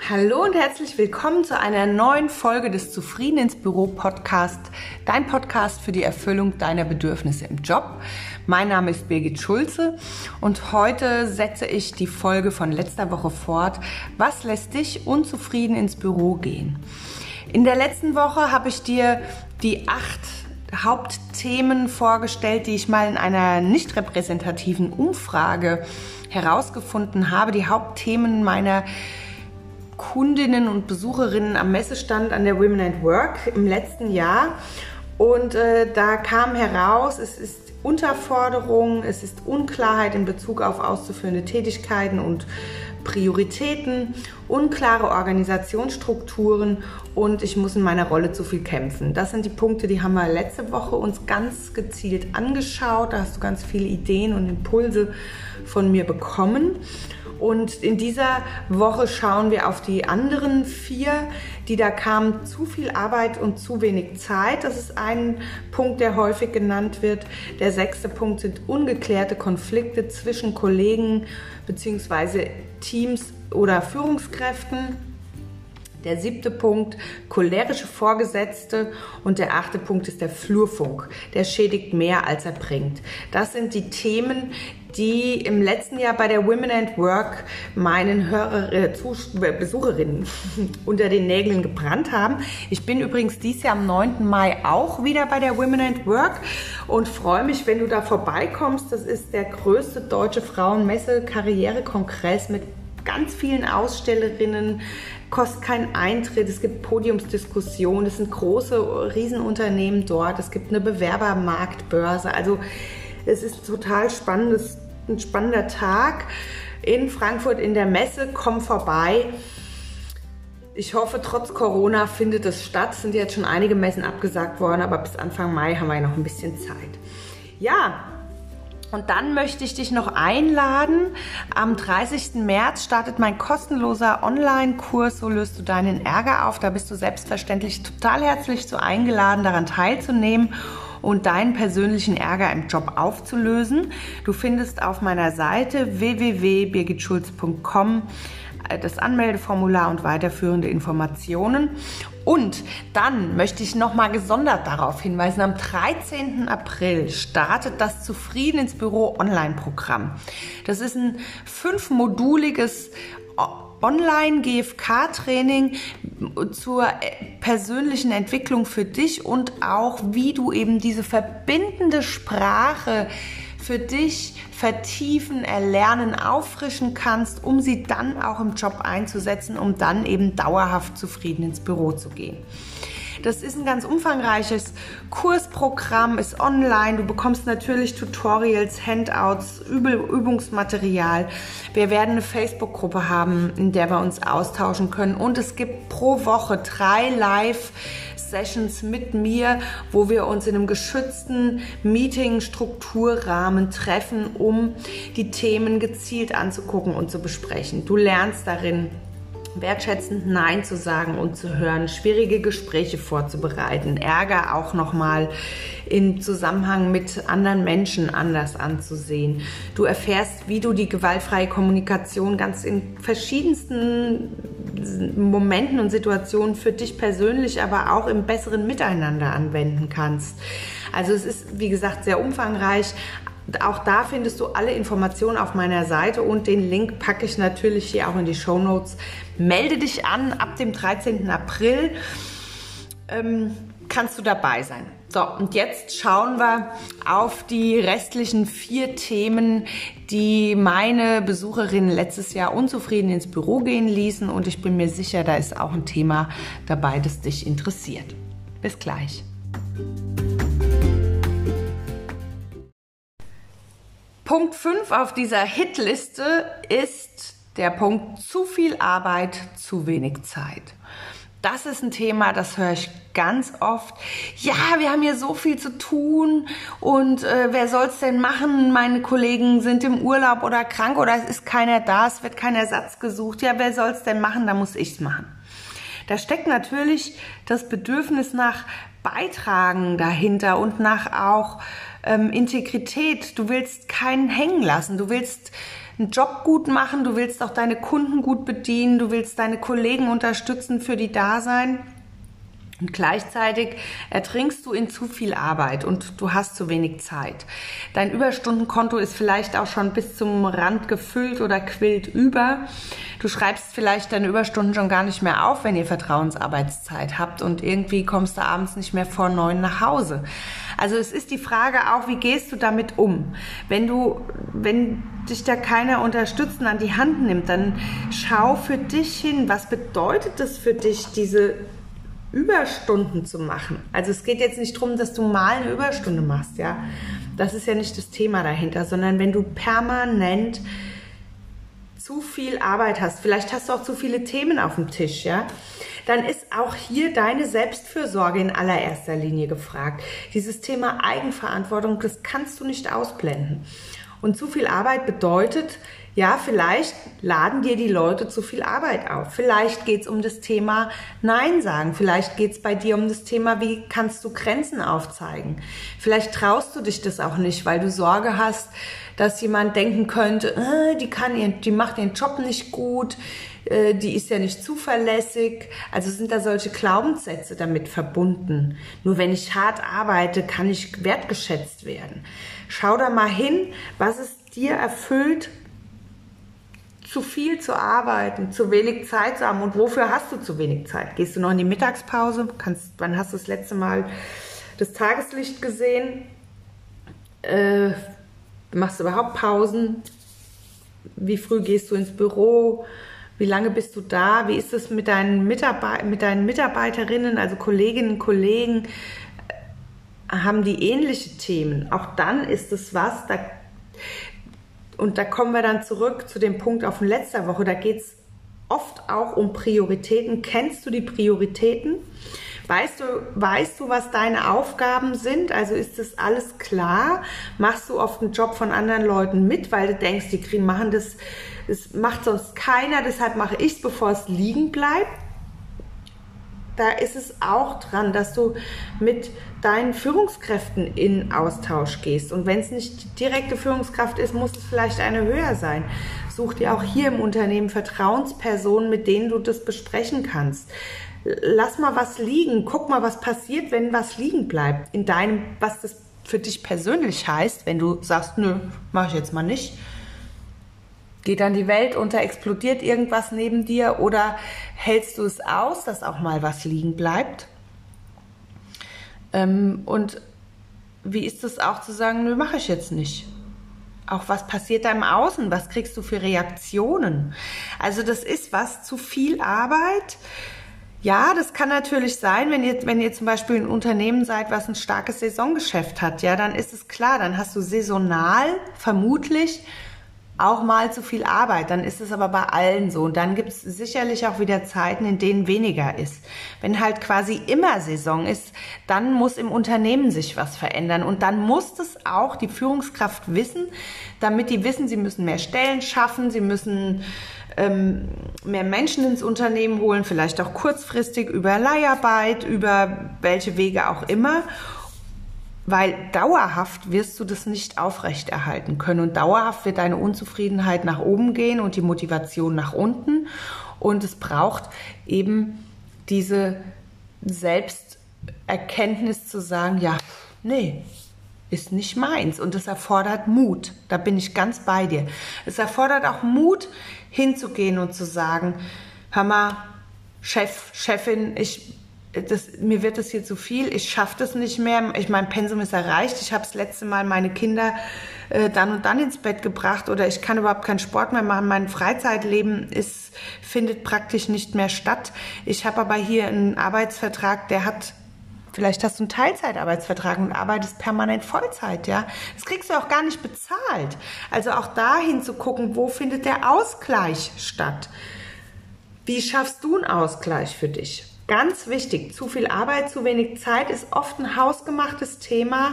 Hallo und herzlich willkommen zu einer neuen Folge des Zufrieden ins Büro Podcast, dein Podcast für die Erfüllung deiner Bedürfnisse im Job. Mein Name ist Birgit Schulze und heute setze ich die Folge von letzter Woche fort. Was lässt dich unzufrieden ins Büro gehen? In der letzten Woche habe ich dir die 8 Hauptthemen vorgestellt, die ich mal in einer nicht repräsentativen Umfrage herausgefunden habe. Die Hauptthemen meiner Kundinnen und Besucherinnen am Messestand an der Women at Work im letzten Jahr. Und da kam heraus, es ist Unterforderung, es ist Unklarheit in Bezug auf auszuführende Tätigkeiten und Prioritäten, unklare Organisationsstrukturen und ich muss in meiner Rolle zu viel kämpfen. Das sind die Punkte, die haben wir letzte Woche uns ganz gezielt angeschaut. Da hast du ganz viele Ideen und Impulse von mir bekommen. Und in dieser Woche schauen wir auf die anderen 4, die da kamen. Zu viel Arbeit und zu wenig Zeit. Das ist ein Punkt, der häufig genannt wird. Der 6. Punkt sind ungeklärte Konflikte zwischen Kollegen bzw. Teams oder Führungskräften. Der 7. Punkt, cholerische Vorgesetzte und der 8. Punkt ist der Flurfunk. Der schädigt mehr, als er bringt. Das sind die Themen, die im letzten Jahr bei der Women at Work meinen Besucherinnen unter den Nägeln gebrannt haben. Ich bin übrigens dieses Jahr am 9. Mai auch wieder bei der Women at Work und freue mich, wenn du da vorbeikommst. Das ist der größte deutsche Frauenmesse-Karrierekongress mit ganz vielen Ausstellerinnen, kostet keinen Eintritt, es gibt Podiumsdiskussionen, es sind große Riesenunternehmen dort, es gibt eine Bewerbermarktbörse, also es ist total ein spannender Tag in Frankfurt in der Messe, komm vorbei. Ich hoffe, trotz Corona findet es statt, es sind jetzt schon einige Messen abgesagt worden, aber bis Anfang Mai haben wir ja noch ein bisschen Zeit. Ja, und dann möchte ich dich noch einladen. Am 30. März startet mein kostenloser Online-Kurs, so löst du deinen Ärger auf. Da bist du selbstverständlich total herzlich zu eingeladen, daran teilzunehmen und deinen persönlichen Ärger im Job aufzulösen. Du findest auf meiner Seite www.birgitschulz.com das Anmeldeformular und weiterführende Informationen. Und dann möchte ich nochmal gesondert darauf hinweisen, am 13. April startet das Zufrieden ins Büro Online-Programm. Das ist ein 5-moduliges Online-GFK-Training zur persönlichen Entwicklung für dich und auch, wie du eben diese verbindende Sprache für dich vertiefen, erlernen, auffrischen kannst, um sie dann auch im Job einzusetzen, um dann eben dauerhaft zufrieden ins Büro zu gehen. Das ist ein ganz umfangreiches Kursprogramm, ist online. Du bekommst natürlich Tutorials, Handouts, Übungsmaterial. Wir werden eine Facebook-Gruppe haben, in der wir uns austauschen können. Und es gibt pro Woche 3 Live-Sessions mit mir, wo wir uns in einem geschützten Meeting-Strukturrahmen treffen, um die Themen gezielt anzugucken und zu besprechen. Du lernst darin, wertschätzend Nein zu sagen und zu hören, schwierige Gespräche vorzubereiten, Ärger auch nochmal im Zusammenhang mit anderen Menschen anders anzusehen. Du erfährst, wie du die gewaltfreie Kommunikation ganz in verschiedensten Momenten und Situationen für dich persönlich, aber auch im besseren Miteinander anwenden kannst. Also es ist, wie gesagt, sehr umfangreich. Auch da findest du alle Informationen auf meiner Seite und den Link packe ich natürlich hier auch in die Shownotes. Melde dich an, ab dem 13. April kannst du dabei sein. So, und jetzt schauen wir auf die restlichen 4 Themen, die meine Besucherinnen letztes Jahr unzufrieden ins Büro gehen ließen und ich bin mir sicher, da ist auch ein Thema dabei, das dich interessiert. Bis gleich. Punkt 5 auf dieser Hitliste ist der Punkt zu viel Arbeit, zu wenig Zeit. Das ist ein Thema, das höre ich ganz oft. Ja, wir haben hier so viel zu tun und wer soll es denn machen? Meine Kollegen sind im Urlaub oder krank oder es ist keiner da, es wird kein Ersatz gesucht. Ja, wer soll es denn machen? Da muss ich es machen. Da steckt natürlich das Bedürfnis nach Beitragen dahinter und nach auch Integrität. Du willst keinen hängen lassen. Du willst einen Job gut machen, du willst auch deine Kunden gut bedienen, du willst deine Kollegen unterstützen, für die da sein. Und gleichzeitig ertrinkst du in zu viel Arbeit und du hast zu wenig Zeit. Dein Überstundenkonto ist vielleicht auch schon bis zum Rand gefüllt oder quillt über. Du schreibst vielleicht deine Überstunden schon gar nicht mehr auf, wenn ihr Vertrauensarbeitszeit habt und irgendwie kommst du abends nicht mehr vor 9 nach Hause. Also es ist die Frage auch, wie gehst du damit um? Wenn dich da keiner unterstützt und an die Hand nimmt, dann schau für dich hin, was bedeutet es für dich, diese Überstunden zu machen. Also es geht jetzt nicht darum, dass du mal eine Überstunde machst, ja. Das ist ja nicht das Thema dahinter, sondern wenn du permanent zu viel Arbeit hast, vielleicht hast du auch zu viele Themen auf dem Tisch, ja, dann ist auch hier deine Selbstfürsorge in allererster Linie gefragt. Dieses Thema Eigenverantwortung, das kannst du nicht ausblenden. Und zu viel Arbeit bedeutet, ja, vielleicht laden dir die Leute zu viel Arbeit auf. Vielleicht geht's um das Thema Nein sagen. Vielleicht geht's bei dir um das Thema, wie kannst du Grenzen aufzeigen. Vielleicht traust du dich das auch nicht, weil du Sorge hast, dass jemand denken könnte, die macht ihren Job nicht gut, die ist ja nicht zuverlässig. Also sind da solche Glaubenssätze damit verbunden. Nur wenn ich hart arbeite, kann ich wertgeschätzt werden. Schau da mal hin, was es dir erfüllt, zu viel zu arbeiten, zu wenig Zeit zu haben. Und wofür hast du zu wenig Zeit? Gehst du noch in die Mittagspause? Wann hast du das letzte Mal das Tageslicht gesehen? Machst du überhaupt Pausen? Wie früh gehst du ins Büro? Wie lange bist du da? Wie ist es mit deinen Mitarbeiterinnen, also Kolleginnen und Kollegen? Haben die ähnliche Themen? Auch dann ist es was, und da kommen wir dann zurück zu dem Punkt auf letzter Woche, da geht es oft auch um Prioritäten. Kennst du die Prioritäten? Weißt du, was deine Aufgaben sind? Also ist das alles klar? Machst du oft einen Job von anderen Leuten mit, weil du denkst, die machen das macht sonst keiner, deshalb mache ich es, bevor es liegen bleibt? Da ist es auch dran, dass du mit deinen Führungskräften in Austausch gehst. Und wenn es nicht die direkte Führungskraft ist, muss es vielleicht eine höher sein. Such dir auch hier im Unternehmen Vertrauenspersonen, mit denen du das besprechen kannst. Lass mal was liegen. Guck mal, was passiert, wenn was liegen bleibt. Was das für dich persönlich heißt, wenn du sagst, nö, mach ich jetzt mal nicht. Geht dann die Welt unter, explodiert irgendwas neben dir oder hältst du es aus, dass auch mal was liegen bleibt? Und wie ist es auch zu sagen, nö, mache ich jetzt nicht? Auch was passiert da im Außen? Was kriegst du für Reaktionen? Also das ist was, zu viel Arbeit. Ja, das kann natürlich sein, wenn ihr zum Beispiel ein Unternehmen seid, was ein starkes Saisongeschäft hat, ja, dann ist es klar, dann hast du saisonal vermutlich auch mal zu viel Arbeit, dann ist es aber bei allen so. Und dann gibt es sicherlich auch wieder Zeiten, in denen weniger ist. Wenn halt quasi immer Saison ist, dann muss im Unternehmen sich was verändern. Und dann muss es auch die Führungskraft wissen, damit die wissen, sie müssen mehr Stellen schaffen, sie müssen mehr Menschen ins Unternehmen holen, vielleicht auch kurzfristig über Leiharbeit, über welche Wege auch immer. Weil dauerhaft wirst du das nicht aufrechterhalten können und dauerhaft wird deine Unzufriedenheit nach oben gehen und die Motivation nach unten und es braucht eben diese Selbsterkenntnis zu sagen, ja, nee, ist nicht meins und das erfordert Mut, da bin ich ganz bei dir. Es erfordert auch Mut hinzugehen und zu sagen, hör mal, Chefin, mir wird das hier zu viel, ich schaffe das nicht mehr, mein Pensum ist erreicht, ich habe das letzte Mal meine Kinder dann und dann ins Bett gebracht oder ich kann überhaupt keinen Sport mehr machen, mein Freizeitleben findet praktisch nicht mehr statt. Ich habe aber hier einen Arbeitsvertrag, vielleicht hast du einen Teilzeitarbeitsvertrag und arbeitest permanent Vollzeit, ja. Das kriegst du auch gar nicht bezahlt. Also auch dahin zu gucken, wo findet der Ausgleich statt? Wie schaffst du einen Ausgleich für dich? Ganz wichtig, zu viel Arbeit, zu wenig Zeit ist oft ein hausgemachtes Thema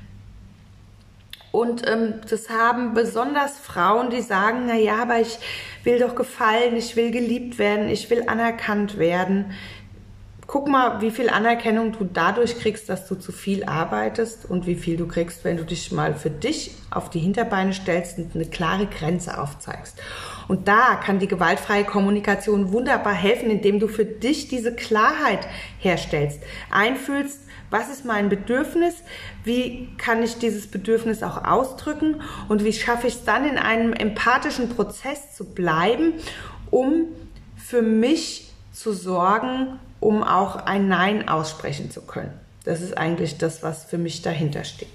und das haben besonders Frauen, die sagen, na ja, aber ich will doch gefallen, ich will geliebt werden, ich will anerkannt werden. Guck mal, wie viel Anerkennung du dadurch kriegst, dass du zu viel arbeitest und wie viel du kriegst, wenn du dich mal für dich auf die Hinterbeine stellst und eine klare Grenze aufzeigst. Und da kann die gewaltfreie Kommunikation wunderbar helfen, indem du für dich diese Klarheit herstellst, einfühlst, was ist mein Bedürfnis, wie kann ich dieses Bedürfnis auch ausdrücken und wie schaffe ich es dann, in einem empathischen Prozess zu bleiben, um für mich zu sorgen, um auch ein Nein aussprechen zu können. Das ist eigentlich das, was für mich dahinter steht.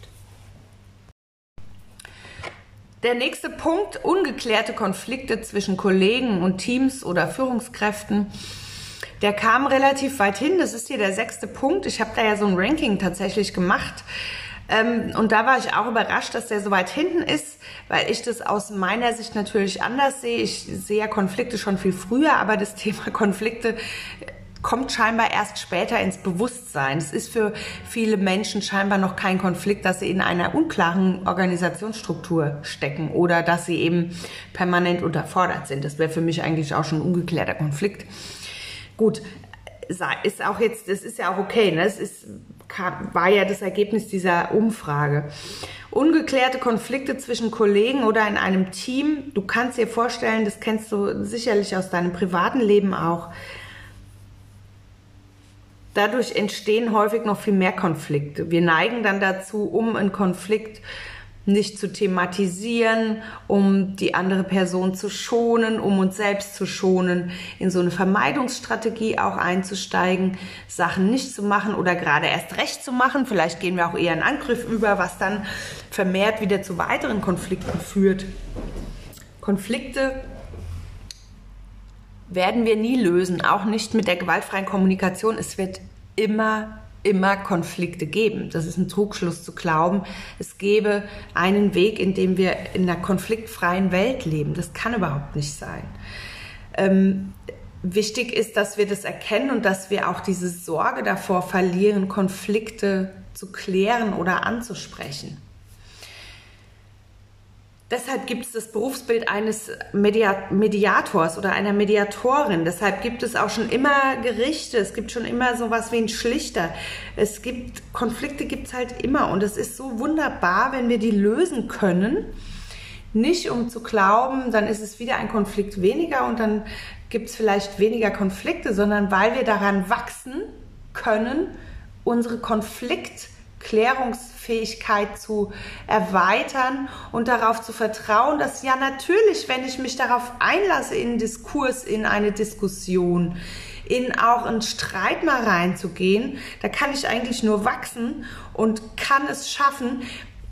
Der nächste Punkt, ungeklärte Konflikte zwischen Kollegen und Teams oder Führungskräften. Der kam relativ weit hin, das ist hier der 6. Punkt. Ich habe da ja so ein Ranking tatsächlich gemacht und da war ich auch überrascht, dass der so weit hinten ist, weil ich das aus meiner Sicht natürlich anders sehe. Ich sehe ja Konflikte schon viel früher, aber das Thema Konflikte kommt scheinbar erst später ins Bewusstsein. Es ist für viele Menschen scheinbar noch kein Konflikt, dass sie in einer unklaren Organisationsstruktur stecken oder dass sie eben permanent unterfordert sind. Das wäre für mich eigentlich auch schon ein ungeklärter Konflikt. Gut, ist auch jetzt, das ist ja auch okay, ne? War ja das Ergebnis dieser Umfrage. Ungeklärte Konflikte zwischen Kollegen oder in einem Team. Du kannst dir vorstellen, das kennst du sicherlich aus deinem privaten Leben auch. Dadurch entstehen häufig noch viel mehr Konflikte. Wir neigen dann dazu, um einen Konflikt nicht zu thematisieren, um die andere Person zu schonen, um uns selbst zu schonen, in so eine Vermeidungsstrategie auch einzusteigen, Sachen nicht zu machen oder gerade erst recht zu machen. Vielleicht gehen wir auch eher in Angriff über, was dann vermehrt wieder zu weiteren Konflikten führt. Konflikte werden wir nie lösen, auch nicht mit der gewaltfreien Kommunikation. Es wird immer Konflikte geben. Das ist ein Trugschluss zu glauben, es gäbe einen Weg, in dem wir in einer konfliktfreien Welt leben. Das kann überhaupt nicht sein. Wichtig ist, dass wir das erkennen und dass wir auch diese Sorge davor verlieren, Konflikte zu klären oder anzusprechen. Deshalb gibt es das Berufsbild eines Mediators oder einer Mediatorin. Deshalb gibt es auch schon immer Gerichte. Es gibt schon immer sowas wie einen Schlichter. Konflikte gibt es halt immer. Und es ist so wunderbar, wenn wir die lösen können. Nicht um zu glauben, dann ist es wieder ein Konflikt weniger und dann gibt es vielleicht weniger Konflikte, sondern weil wir daran wachsen können, unsere Konfliktklärungsfähigkeit zu erweitern und darauf zu vertrauen, dass ja natürlich, wenn ich mich darauf einlasse, in einen Diskurs, in eine Diskussion, in auch einen Streit mal reinzugehen, da kann ich eigentlich nur wachsen und kann es schaffen,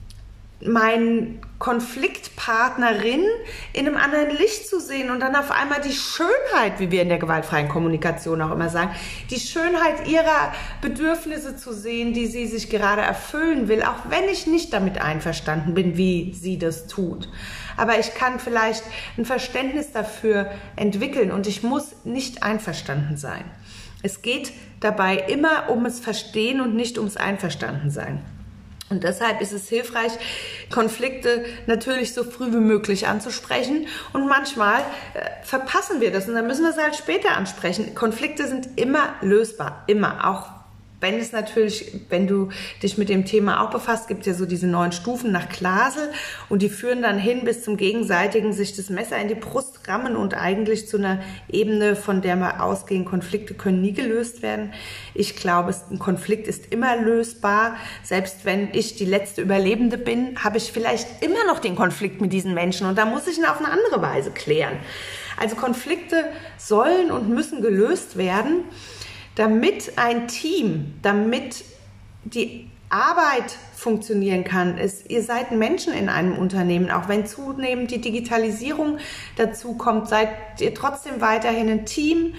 meinen Konfliktpartnerin in einem anderen Licht zu sehen und dann auf einmal die Schönheit, wie wir in der gewaltfreien Kommunikation auch immer sagen, die Schönheit ihrer Bedürfnisse zu sehen, die sie sich gerade erfüllen will, auch wenn ich nicht damit einverstanden bin, wie sie das tut. Aber ich kann vielleicht ein Verständnis dafür entwickeln und ich muss nicht einverstanden sein. Es geht dabei immer ums Verstehen und nicht ums Einverstandensein. Und deshalb ist es hilfreich, Konflikte natürlich so früh wie möglich anzusprechen. Und manchmal verpassen wir das und dann müssen wir es halt später ansprechen. Konflikte sind immer lösbar, immer. Auch wenn es natürlich, wenn du dich mit dem Thema auch befasst, gibt es ja so diese 9 Stufen nach Glasel und die führen dann hin bis zum gegenseitigen sich das Messer in die Brust rammen und eigentlich zu einer Ebene, von der wir ausgehen, Konflikte können nie gelöst werden. Ich glaube, ein Konflikt ist immer lösbar. Selbst wenn ich die letzte Überlebende bin, habe ich vielleicht immer noch den Konflikt mit diesen Menschen und da muss ich ihn auf eine andere Weise klären. Also Konflikte sollen und müssen gelöst werden, damit ein Team, damit die Arbeit funktionieren kann. Ihr seid Menschen in einem Unternehmen, auch wenn zunehmend die Digitalisierung dazu kommt, seid ihr trotzdem weiterhin ein Team,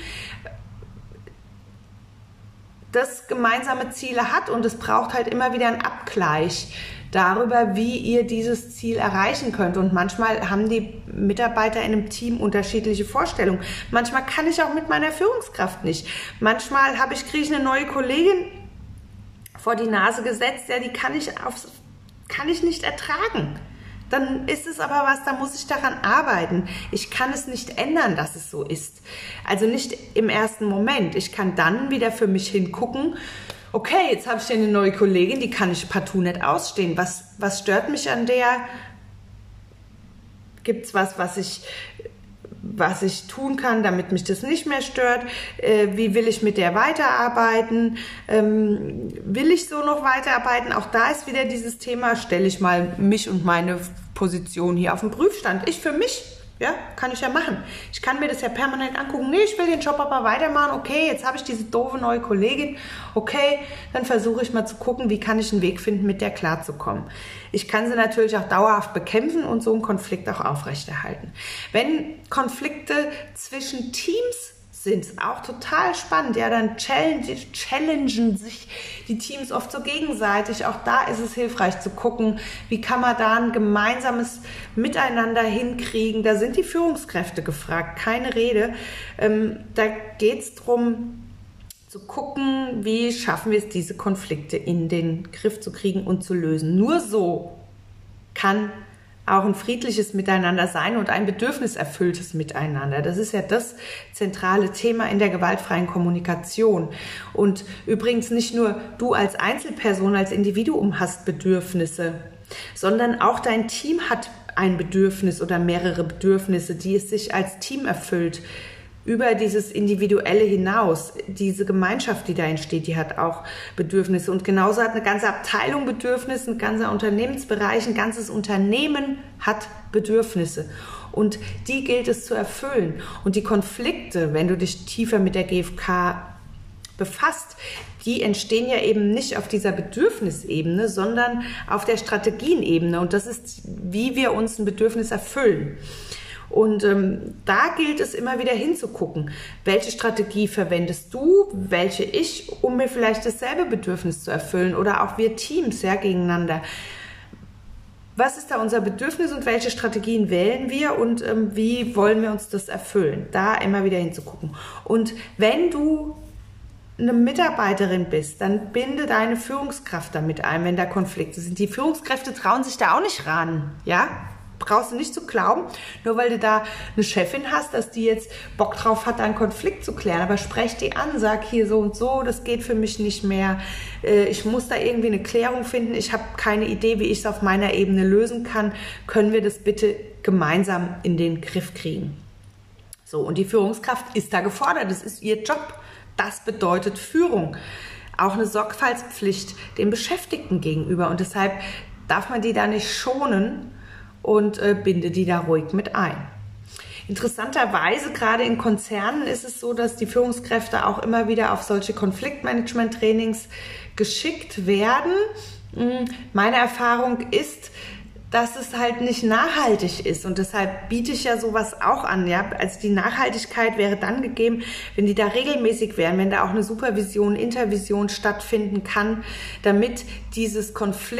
das gemeinsame Ziele hat und es braucht halt immer wieder einen Abgleich darüber, wie ihr dieses Ziel erreichen könnt. Und manchmal haben die Mitarbeiter in einem Team unterschiedliche Vorstellungen. Manchmal kann ich auch mit meiner Führungskraft nicht. Manchmal kriege ich eine neue Kollegin vor die Nase gesetzt, ja, die kann ich nicht ertragen. dann ist es aber was, da muss ich daran arbeiten. Ich kann es nicht ändern, dass es so ist. Also nicht im ersten Moment. Ich kann dann wieder für mich hingucken, okay, jetzt habe ich hier eine neue Kollegin, die kann ich partout nicht ausstehen. Was stört mich an der? Gibt es was ich tun kann, damit mich das nicht mehr stört? Wie will ich mit der weiterarbeiten? Will ich so noch weiterarbeiten? Auch da ist wieder dieses Thema, stelle ich mal mich und meine Position hier auf den Prüfstand. Ich für mich, ja, kann ich ja machen. Ich kann mir das ja permanent angucken. Nee, ich will den Job aber weitermachen. Okay, jetzt habe ich diese doofe neue Kollegin. Okay, dann versuche ich mal zu gucken, wie kann ich einen Weg finden, mit der klarzukommen. Ich kann sie natürlich auch dauerhaft bekämpfen und so einen Konflikt auch aufrechterhalten. Wenn Konflikte zwischen Teams sind, ist auch total spannend. Ja, dann challengen sich die Teams oft so gegenseitig. Auch da ist es hilfreich zu gucken, wie kann man da ein gemeinsames Miteinander hinkriegen. Da sind die Führungskräfte gefragt, keine Rede. Da geht es darum, zu gucken, wie schaffen wir es, diese Konflikte in den Griff zu kriegen und zu lösen. Nur so kann auch ein friedliches Miteinander sein und ein bedürfniserfülltes Miteinander. Das ist ja das zentrale Thema in der gewaltfreien Kommunikation. Und übrigens nicht nur du als Einzelperson, als Individuum hast Bedürfnisse, sondern auch dein Team hat ein Bedürfnis oder mehrere Bedürfnisse, die es sich als Team erfüllt. Über dieses Individuelle hinaus, diese Gemeinschaft, die da entsteht, die hat auch Bedürfnisse. Und genauso hat eine ganze Abteilung Bedürfnisse, ein ganzer Unternehmensbereich, ein ganzes Unternehmen hat Bedürfnisse. Und die gilt es zu erfüllen. Und die Konflikte, wenn du dich tiefer mit der GfK befasst, die entstehen ja eben nicht auf dieser Bedürfnisebene, sondern auf der Strategienebene. Und das ist, wie wir uns ein Bedürfnis erfüllen. Und da gilt es immer wieder hinzugucken, welche Strategie verwendest du, welche ich, um mir vielleicht dasselbe Bedürfnis zu erfüllen oder auch wir Teams, ja, gegeneinander. Was ist da unser Bedürfnis und welche Strategien wählen wir und wie wollen wir uns das erfüllen? Da immer wieder hinzugucken. Und wenn du eine Mitarbeiterin bist, dann binde deine Führungskraft damit ein, wenn da Konflikte sind. Die Führungskräfte trauen sich da auch nicht ran, ja? Brauchst du nicht zu glauben, nur weil du da eine Chefin hast, dass die jetzt Bock drauf hat, einen Konflikt zu klären. Aber sprech die an, sag hier so und so, das geht für mich nicht mehr. Ich muss da irgendwie eine Klärung finden. Ich habe keine Idee, wie ich es auf meiner Ebene lösen kann. Können wir das bitte gemeinsam in den Griff kriegen? So, und die Führungskraft ist da gefordert. Das ist ihr Job. Das bedeutet Führung. Auch eine Sorgfaltspflicht den Beschäftigten gegenüber. Und deshalb darf man die da nicht schonen und binde die da ruhig mit ein. Interessanterweise, gerade in Konzernen ist es so, dass die Führungskräfte auch immer wieder auf solche Konfliktmanagement-Trainings geschickt werden. Meine Erfahrung ist, dass es halt nicht nachhaltig ist und deshalb biete ich ja sowas auch an. Ja? Also die Nachhaltigkeit wäre dann gegeben, wenn die da regelmäßig wären, wenn da auch eine Supervision, Intervision stattfinden kann, damit dieses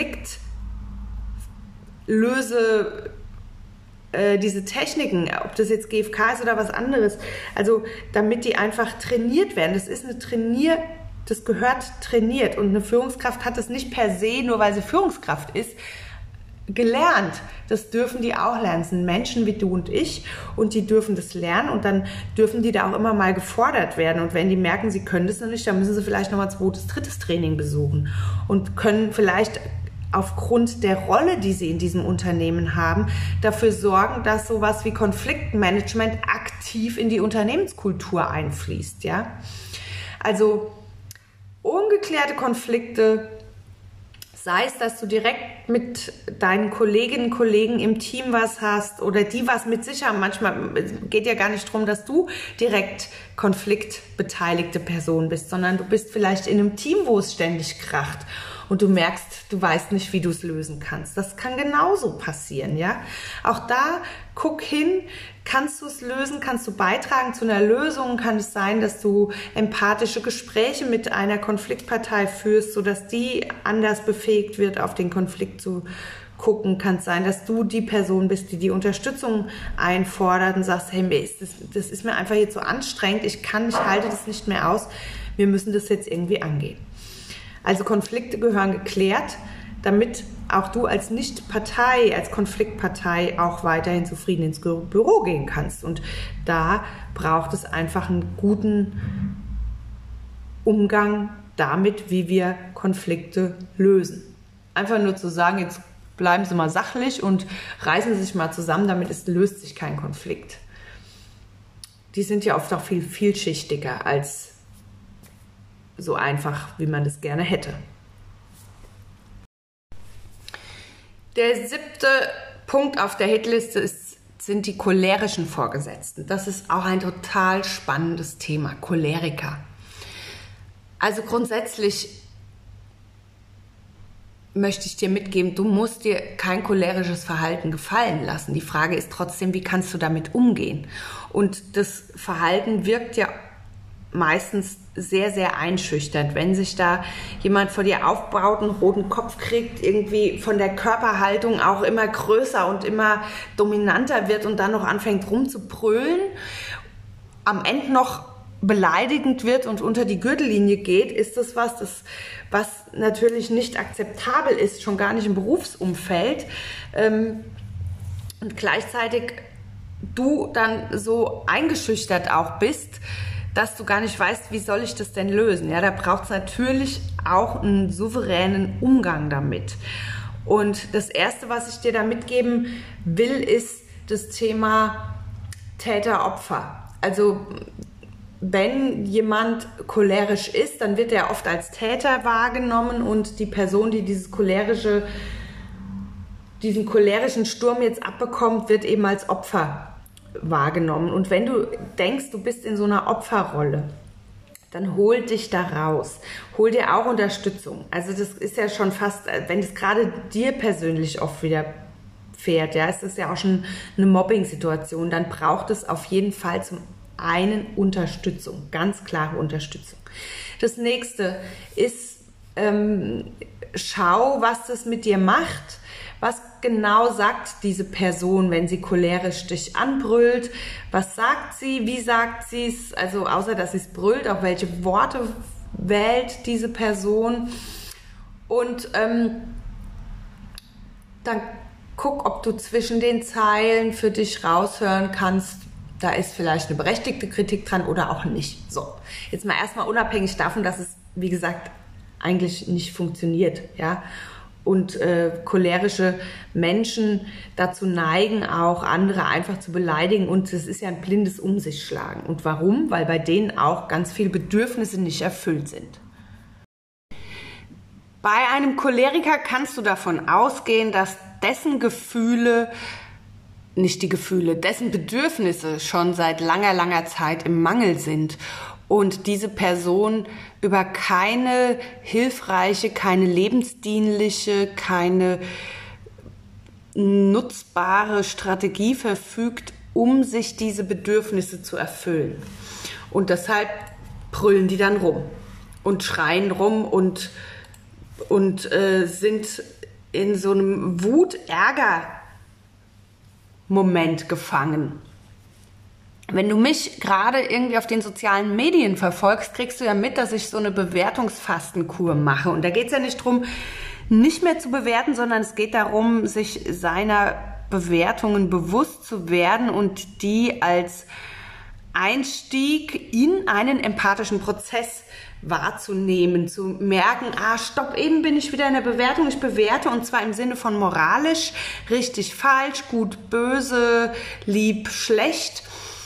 diese Techniken, ob das jetzt GfK ist oder was anderes, also damit die einfach trainiert werden. Das gehört trainiert und eine Führungskraft hat das nicht per se, nur weil sie Führungskraft ist, gelernt. Das dürfen die auch lernen. Das sind Menschen wie du und ich und die dürfen das lernen und dann dürfen die da auch immer mal gefordert werden und wenn die merken, sie können das noch nicht, dann müssen sie vielleicht nochmal 2., 3. Training besuchen und können vielleicht aufgrund der Rolle, die sie in diesem Unternehmen haben, dafür sorgen, dass sowas wie Konfliktmanagement aktiv in die Unternehmenskultur einfließt. Ja? Also ungeklärte Konflikte, sei es, dass du direkt mit deinen Kolleginnen und Kollegen im Team was hast oder die was mit sich haben. Manchmal geht ja gar nicht darum, dass du direkt konfliktbeteiligte Person bist, sondern du bist vielleicht in einem Team, wo es ständig kracht. Und du merkst, du weißt nicht, wie du es lösen kannst. Das kann genauso passieren, ja. Auch da guck hin, kannst du es lösen, kannst du beitragen zu einer Lösung, kann es sein, dass du empathische Gespräche mit einer Konfliktpartei führst, sodass die anders befähigt wird, auf den Konflikt zu gucken. Kann es sein, dass du die Person bist, die Unterstützung einfordert und sagst, hey, das ist mir einfach jetzt so anstrengend, ich halte das nicht mehr aus, wir müssen das jetzt irgendwie angehen. Also Konflikte gehören geklärt, damit auch du als Nicht-Partei, als Konfliktpartei auch weiterhin zufrieden ins Büro gehen kannst. Und da braucht es einfach einen guten Umgang damit, wie wir Konflikte lösen. Einfach nur zu sagen, jetzt bleiben Sie mal sachlich und reißen Sie sich mal zusammen, damit löst sich kein Konflikt. Die sind ja oft auch viel vielschichtiger als so einfach, wie man das gerne hätte. Der 7. Punkt auf der Hitliste sind die cholerischen Vorgesetzten. Das ist auch ein total spannendes Thema, Choleriker. Also grundsätzlich möchte ich dir mitgeben, du musst dir kein cholerisches Verhalten gefallen lassen. Die Frage ist trotzdem, wie kannst du damit umgehen? Und das Verhalten wirkt ja meistens sehr, sehr einschüchternd. Wenn sich da jemand vor dir aufbaut, einen roten Kopf kriegt, irgendwie von der Körperhaltung auch immer größer und immer dominanter wird und dann noch anfängt rumzubrüllen, am Ende noch beleidigend wird und unter die Gürtellinie geht, ist das was natürlich nicht akzeptabel ist, schon gar nicht im Berufsumfeld. Und gleichzeitig du dann so eingeschüchtert auch bist, dass du gar nicht weißt, wie soll ich das denn lösen. Ja, da braucht es natürlich auch einen souveränen Umgang damit. Und das Erste, was ich dir da mitgeben will, ist das Thema Täter-Opfer. Also wenn jemand cholerisch ist, dann wird er oft als Täter wahrgenommen und die Person, die diesen cholerischen Sturm jetzt abbekommt, wird eben als Opfer wahrgenommen. Und wenn du denkst, du bist in so einer Opferrolle, dann hol dich da raus. Hol dir auch Unterstützung. Also das ist ja schon fast, wenn es gerade dir persönlich oft widerfährt, ja, ist das ja auch schon eine Mobbing-Situation, dann braucht es auf jeden Fall zum einen Unterstützung, ganz klare Unterstützung. Das nächste ist, schau, was das mit dir macht. Was genau sagt diese Person, wenn sie cholerisch dich anbrüllt? Was sagt sie? Wie sagt sie es? Also außer, dass sie es brüllt, auch welche Worte wählt diese Person? Und dann guck, ob du zwischen den Zeilen für dich raushören kannst, da ist vielleicht eine berechtigte Kritik dran oder auch nicht. So, jetzt mal erstmal unabhängig davon, dass es, wie gesagt, eigentlich nicht funktioniert, ja. Und cholerische Menschen dazu neigen, auch andere einfach zu beleidigen. Und das ist ja ein blindes Um sich schlagen. Und warum? Weil bei denen auch ganz viele Bedürfnisse nicht erfüllt sind. Bei einem Choleriker kannst du davon ausgehen, dass dessen dessen Bedürfnisse schon seit langer, langer Zeit im Mangel sind. Und diese Person über keine hilfreiche, keine lebensdienliche, keine nutzbare Strategie verfügt, um sich diese Bedürfnisse zu erfüllen. Und deshalb brüllen die dann rum und schreien rum und sind in so einem Wut-Ärger-Moment gefangen. Wenn du mich gerade irgendwie auf den sozialen Medien verfolgst, kriegst du ja mit, dass ich so eine Bewertungsfastenkur mache. Und da geht es ja nicht darum, nicht mehr zu bewerten, sondern es geht darum, sich seiner Bewertungen bewusst zu werden und die als Einstieg in einen empathischen Prozess wahrzunehmen, zu merken, stopp, eben bin ich wieder in der Bewertung, ich bewerte und zwar im Sinne von moralisch, richtig, falsch, gut, böse, lieb, schlecht.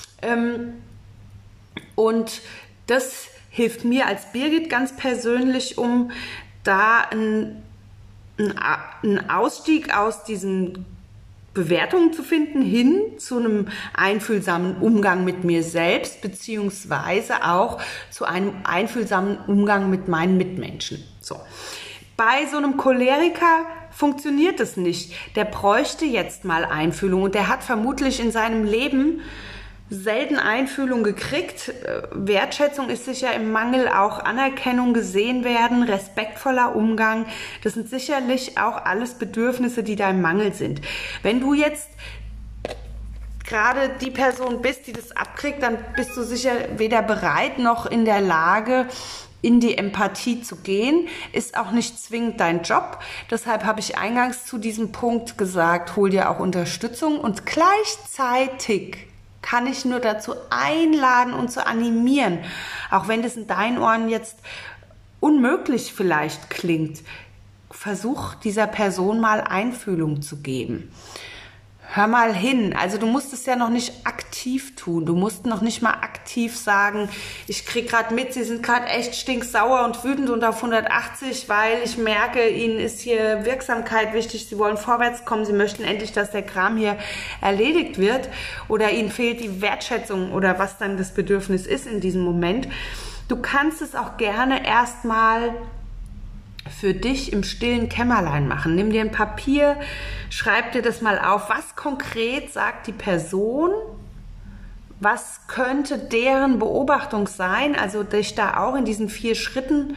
Und das hilft mir als Birgit ganz persönlich, um da einen Ausstieg aus diesen Bewertungen zu finden, hin zu einem einfühlsamen Umgang mit mir selbst, beziehungsweise auch zu einem einfühlsamen Umgang mit meinen Mitmenschen. So. Bei so einem Choleriker funktioniert es nicht. Der bräuchte jetzt mal Einfühlung und der hat vermutlich in seinem Leben selten Einfühlung gekriegt. Wertschätzung ist sicher im Mangel, auch Anerkennung, gesehen werden, respektvoller Umgang. Das sind sicherlich auch alles Bedürfnisse, die da im Mangel sind. Wenn du jetzt gerade die Person bist, die das abkriegt, dann bist du sicher weder bereit noch in der Lage, in die Empathie zu gehen, ist auch nicht zwingend dein Job. Deshalb habe ich eingangs zu diesem Punkt gesagt, hol dir auch Unterstützung, und gleichzeitig kann ich nur dazu einladen und zu animieren, auch wenn das in deinen Ohren jetzt unmöglich vielleicht klingt, versuch dieser Person mal Einfühlung zu geben. Hör mal hin. Also du musst es ja noch nicht aktiv tun. Du musst noch nicht mal aktiv sagen, ich krieg gerade mit, sie sind gerade echt stinksauer und wütend und auf 180, weil ich merke, ihnen ist hier Wirksamkeit wichtig, sie wollen vorwärts kommen, sie möchten endlich, dass der Kram hier erledigt wird, oder ihnen fehlt die Wertschätzung oder was dann das Bedürfnis ist in diesem Moment. Du kannst es auch gerne erstmal für dich im stillen Kämmerlein machen. Nimm dir ein Papier, schreib dir das mal auf. Was konkret sagt die Person? Was könnte deren Beobachtung sein? Also dich da auch in diesen 4 Schritten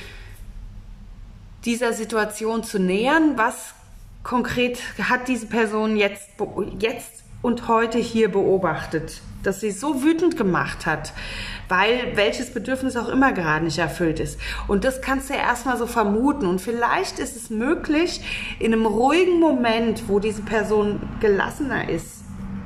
dieser Situation zu nähern. Was konkret hat diese Person jetzt und heute hier beobachtet, dass sie so wütend gemacht hat, weil welches Bedürfnis auch immer gerade nicht erfüllt ist. Und das kannst du ja erstmal so vermuten. Und vielleicht ist es möglich, in einem ruhigen Moment, wo diese Person gelassener ist,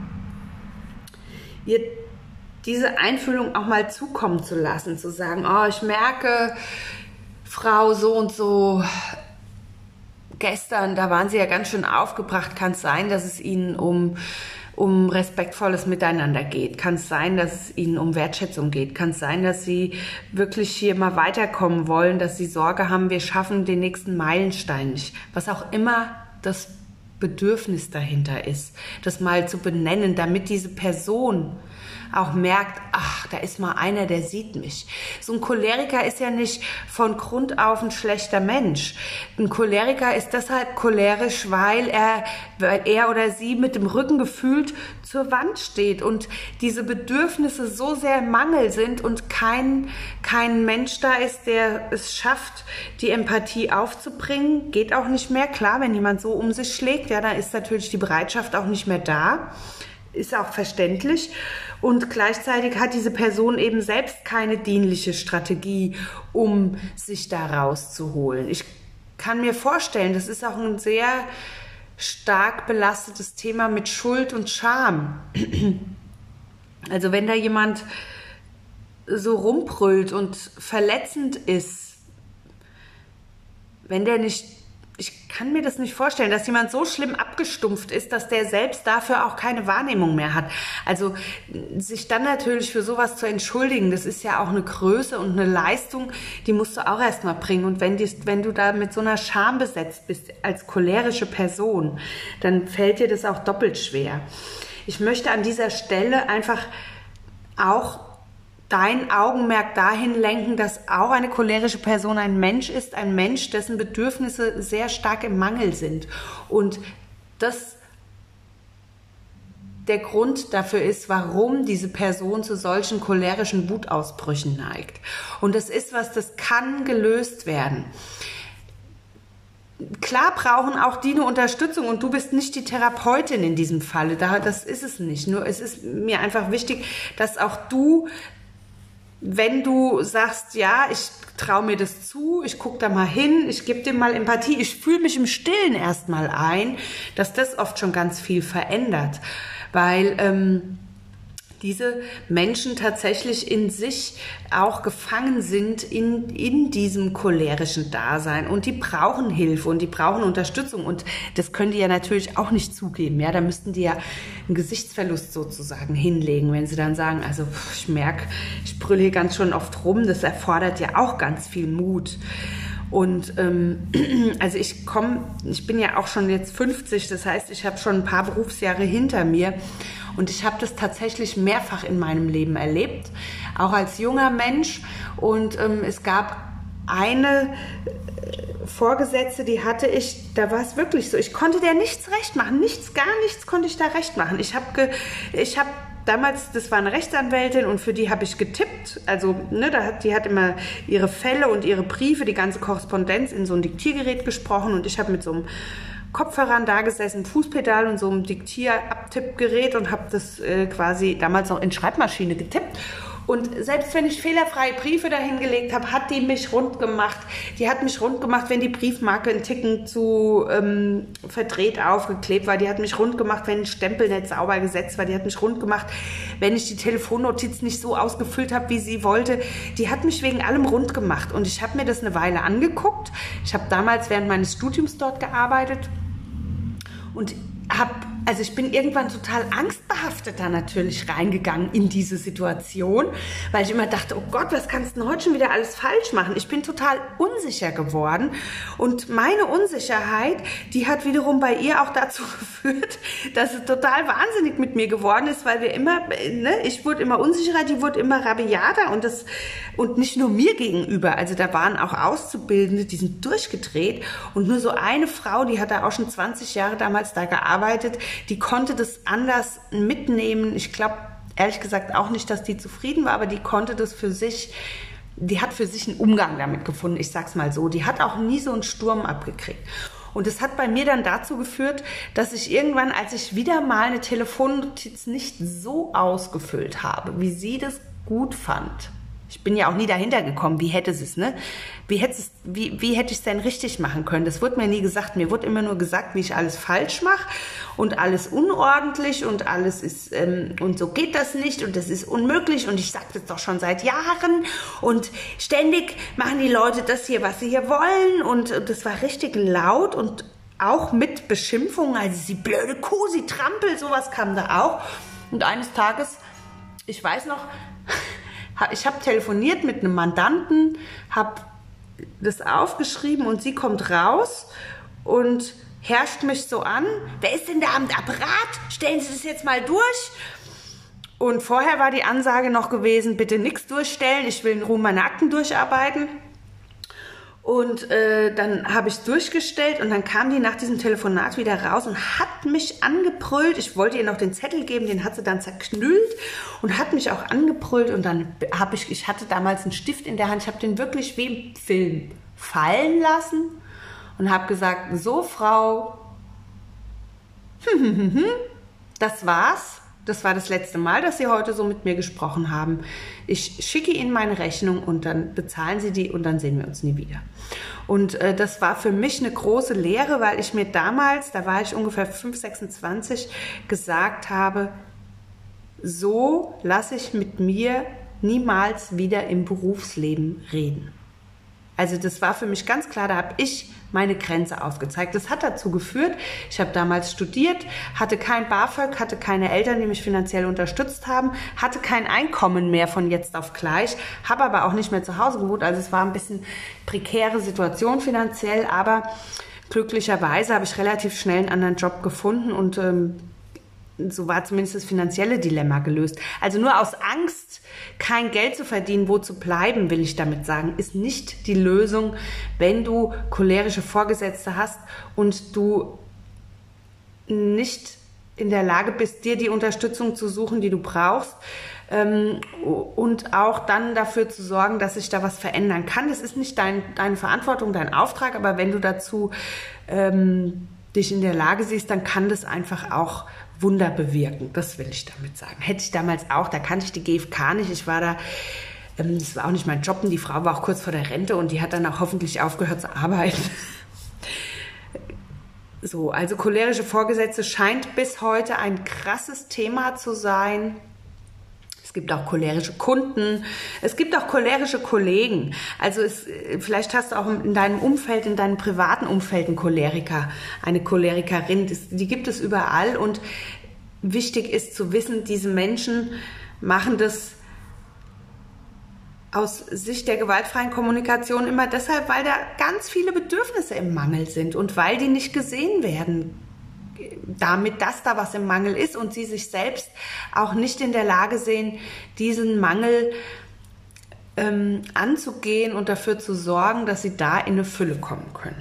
ihr diese Einfühlung auch mal zukommen zu lassen, zu sagen, oh, ich merke, Frau so und so, gestern, da waren Sie ja ganz schön aufgebracht, kann es sein, dass es Ihnen um respektvolles Miteinander geht. Kann es sein, dass es Ihnen um Wertschätzung geht. Kann es sein, dass Sie wirklich hier mal weiterkommen wollen, dass Sie Sorge haben, wir schaffen den nächsten Meilenstein nicht. Was auch immer das Bedürfnis dahinter ist, das mal zu benennen, damit diese Person auch merkt, ach, da ist mal einer, der sieht mich. So ein Choleriker ist ja nicht von Grund auf ein schlechter Mensch. Ein Choleriker ist deshalb cholerisch, weil er oder sie mit dem Rücken gefühlt zur Wand steht und diese Bedürfnisse so sehr im Mangel sind und kein Mensch da ist, der es schafft, die Empathie aufzubringen. Geht auch nicht mehr. Klar, wenn jemand so um sich schlägt, ja, dann ist natürlich die Bereitschaft auch nicht mehr da. Ist auch verständlich. Und gleichzeitig hat diese Person eben selbst keine dienliche Strategie, um sich da rauszuholen. Ich kann mir vorstellen, das ist auch ein sehr stark belastetes Thema mit Schuld und Scham. Also wenn da jemand so rumbrüllt und verletzend ist, wenn der nicht, ich kann mir das nicht vorstellen, dass jemand so schlimm abgestumpft ist, dass der selbst dafür auch keine Wahrnehmung mehr hat. Also sich dann natürlich für sowas zu entschuldigen, das ist ja auch eine Größe und eine Leistung, die musst du auch erstmal bringen. Und wenn du da mit so einer Scham besetzt bist als cholerische Person, dann fällt dir das auch doppelt schwer. Ich möchte an dieser Stelle einfach auch dein Augenmerk dahin lenken, dass auch eine cholerische Person ein Mensch ist, ein Mensch, dessen Bedürfnisse sehr stark im Mangel sind. Und das der Grund dafür ist, warum diese Person zu solchen cholerischen Wutausbrüchen neigt. Und das ist was, das kann gelöst werden. Klar brauchen auch die eine Unterstützung und du bist nicht die Therapeutin in diesem Falle. Das ist es nicht. Nur es ist mir einfach wichtig, dass auch du, wenn du sagst, ja, ich traue mir das zu, ich gucke da mal hin, ich gebe dir mal Empathie, ich fühle mich im Stillen erstmal ein, dass das oft schon ganz viel verändert, weil diese Menschen tatsächlich in sich auch gefangen sind in diesem cholerischen Dasein und die brauchen Hilfe und die brauchen Unterstützung und das können die ja natürlich auch nicht zugeben, ja, da müssten die ja einen Gesichtsverlust sozusagen hinlegen, wenn sie dann sagen, also ich merke, ich brülle hier ganz schön oft rum, das erfordert ja auch ganz viel Mut. Und also ich bin ja auch schon jetzt 50, das heißt, ich habe schon ein paar Berufsjahre hinter mir und ich habe das tatsächlich mehrfach in meinem Leben erlebt, auch als junger Mensch. Und es gab eine Vorgesetzte, die hatte ich, da war es wirklich so, ich konnte der nichts recht machen, gar nichts konnte ich da recht machen. Ich habe damals, das war eine Rechtsanwältin und für die habe ich getippt, also ne, die hat immer ihre Fälle und ihre Briefe, die ganze Korrespondenz in so ein Diktiergerät gesprochen und ich habe mit so einem Kopfhörern da gesessen, Fußpedal und so einem Diktier-Abtippgerät und habe das quasi damals noch in Schreibmaschine getippt Und selbst wenn ich fehlerfreie Briefe dahingelegt habe, hat die mich rund gemacht. Die hat mich rund gemacht, wenn die Briefmarke ein Ticken zu verdreht aufgeklebt war. Die hat mich rund gemacht, wenn ein Stempel nicht sauber gesetzt war. Die hat mich rund gemacht, wenn ich die Telefonnotiz nicht so ausgefüllt habe, wie sie wollte. Die hat mich wegen allem rund gemacht. Und ich habe mir das eine Weile angeguckt. Ich habe damals während meines Studiums dort gearbeitet und ich bin irgendwann total angstbehaftet da natürlich reingegangen in diese Situation, weil ich immer dachte, oh Gott, was kannst du denn heute schon wieder alles falsch machen? Ich bin total unsicher geworden und meine Unsicherheit, die hat wiederum bei ihr auch dazu geführt, dass es total wahnsinnig mit mir geworden ist, weil wir immer, ich wurde immer unsicherer, die wurde immer rabiater und nicht nur mir gegenüber, also da waren auch Auszubildende, die sind durchgedreht und nur so eine Frau, die hat da auch schon 20 Jahre damals da gearbeitet, die konnte das anders mitnehmen. Ich glaube, ehrlich gesagt auch nicht, dass die zufrieden war, aber die konnte das für sich, die hat für sich einen Umgang damit gefunden, ich sag's mal so. Die hat auch nie so einen Sturm abgekriegt. Und es hat bei mir dann dazu geführt, dass ich irgendwann, als ich wieder mal eine Telefonnotiz nicht so ausgefüllt habe, wie sie das gut fand. Ich bin ja auch nie dahinter gekommen, wie hätte sie es, ne? Wie hätte ich es denn richtig machen können? Das wurde mir nie gesagt. Mir wurde immer nur gesagt, wie ich alles falsch mache und alles unordentlich und alles ist, und so geht das nicht und das ist unmöglich und ich sage das doch schon seit Jahren und ständig machen die Leute das hier, was sie hier wollen und das war richtig laut und auch mit Beschimpfungen, also sie blöde Kuh, sie trampelt, sowas kam da auch. Und eines Tages, ich weiß noch, ich habe telefoniert mit einem Mandanten, habe das aufgeschrieben und sie kommt raus und herrscht mich so an. Wer ist denn da am Apparat? Stellen Sie das jetzt mal durch. Und vorher war die Ansage noch gewesen, bitte nichts durchstellen, ich will in Ruhe meine Akten durcharbeiten. Und dann habe ich es durchgestellt und dann kam die nach diesem Telefonat wieder raus und hat mich angebrüllt. Ich wollte ihr noch den Zettel geben, den hat sie dann zerknüllt und hat mich auch angebrüllt. Und dann habe ich hatte damals einen Stift in der Hand, ich habe den wirklich wie im Film fallen lassen und habe gesagt, so Frau, das war's. Das war das letzte Mal, dass Sie heute so mit mir gesprochen haben. Ich schicke Ihnen meine Rechnung und dann bezahlen Sie die und dann sehen wir uns nie wieder. Und das war für mich eine große Lehre, weil ich mir damals, da war ich ungefähr 26, gesagt habe, so lasse ich mit mir niemals wieder im Berufsleben reden. Also das war für mich ganz klar, da habe ich meine Grenze aufgezeigt. Das hat dazu geführt, ich habe damals studiert, hatte kein BAföG, hatte keine Eltern, die mich finanziell unterstützt haben, hatte kein Einkommen mehr von jetzt auf gleich, habe aber auch nicht mehr zu Hause gewohnt. Also es war ein bisschen prekäre Situation finanziell, aber glücklicherweise habe ich relativ schnell einen anderen Job gefunden und so war zumindest das finanzielle Dilemma gelöst. Also nur aus Angst, kein Geld zu verdienen, wo zu bleiben, will ich damit sagen, ist nicht die Lösung, wenn du cholerische Vorgesetzte hast und du nicht in der Lage bist, dir die Unterstützung zu suchen, die du brauchst, und auch dann dafür zu sorgen, dass sich da was verändern kann. Das ist nicht deine Verantwortung, dein Auftrag, aber wenn du dazu dich in der Lage siehst, dann kann das einfach auch Wunder bewirken. Das will ich damit sagen. Hätte ich damals auch, da kannte ich die GfK nicht, ich war da, das war auch nicht mein Job und die Frau war auch kurz vor der Rente und die hat dann auch hoffentlich aufgehört zu arbeiten. So, also cholerische Vorgesetzte scheint bis heute ein krasses Thema zu sein. Es gibt auch cholerische Kunden, es gibt auch cholerische Kollegen. Also vielleicht hast du auch in deinem Umfeld, in deinem privaten Umfeld einen Choleriker, eine Cholerikerin. Die gibt es überall und wichtig ist zu wissen, diese Menschen machen das aus Sicht der gewaltfreien Kommunikation immer deshalb, weil da ganz viele Bedürfnisse im Mangel sind und weil die nicht gesehen werden, damit, dass da was im Mangel ist und sie sich selbst auch nicht in der Lage sehen, diesen Mangel anzugehen und dafür zu sorgen, dass sie da in eine Fülle kommen können.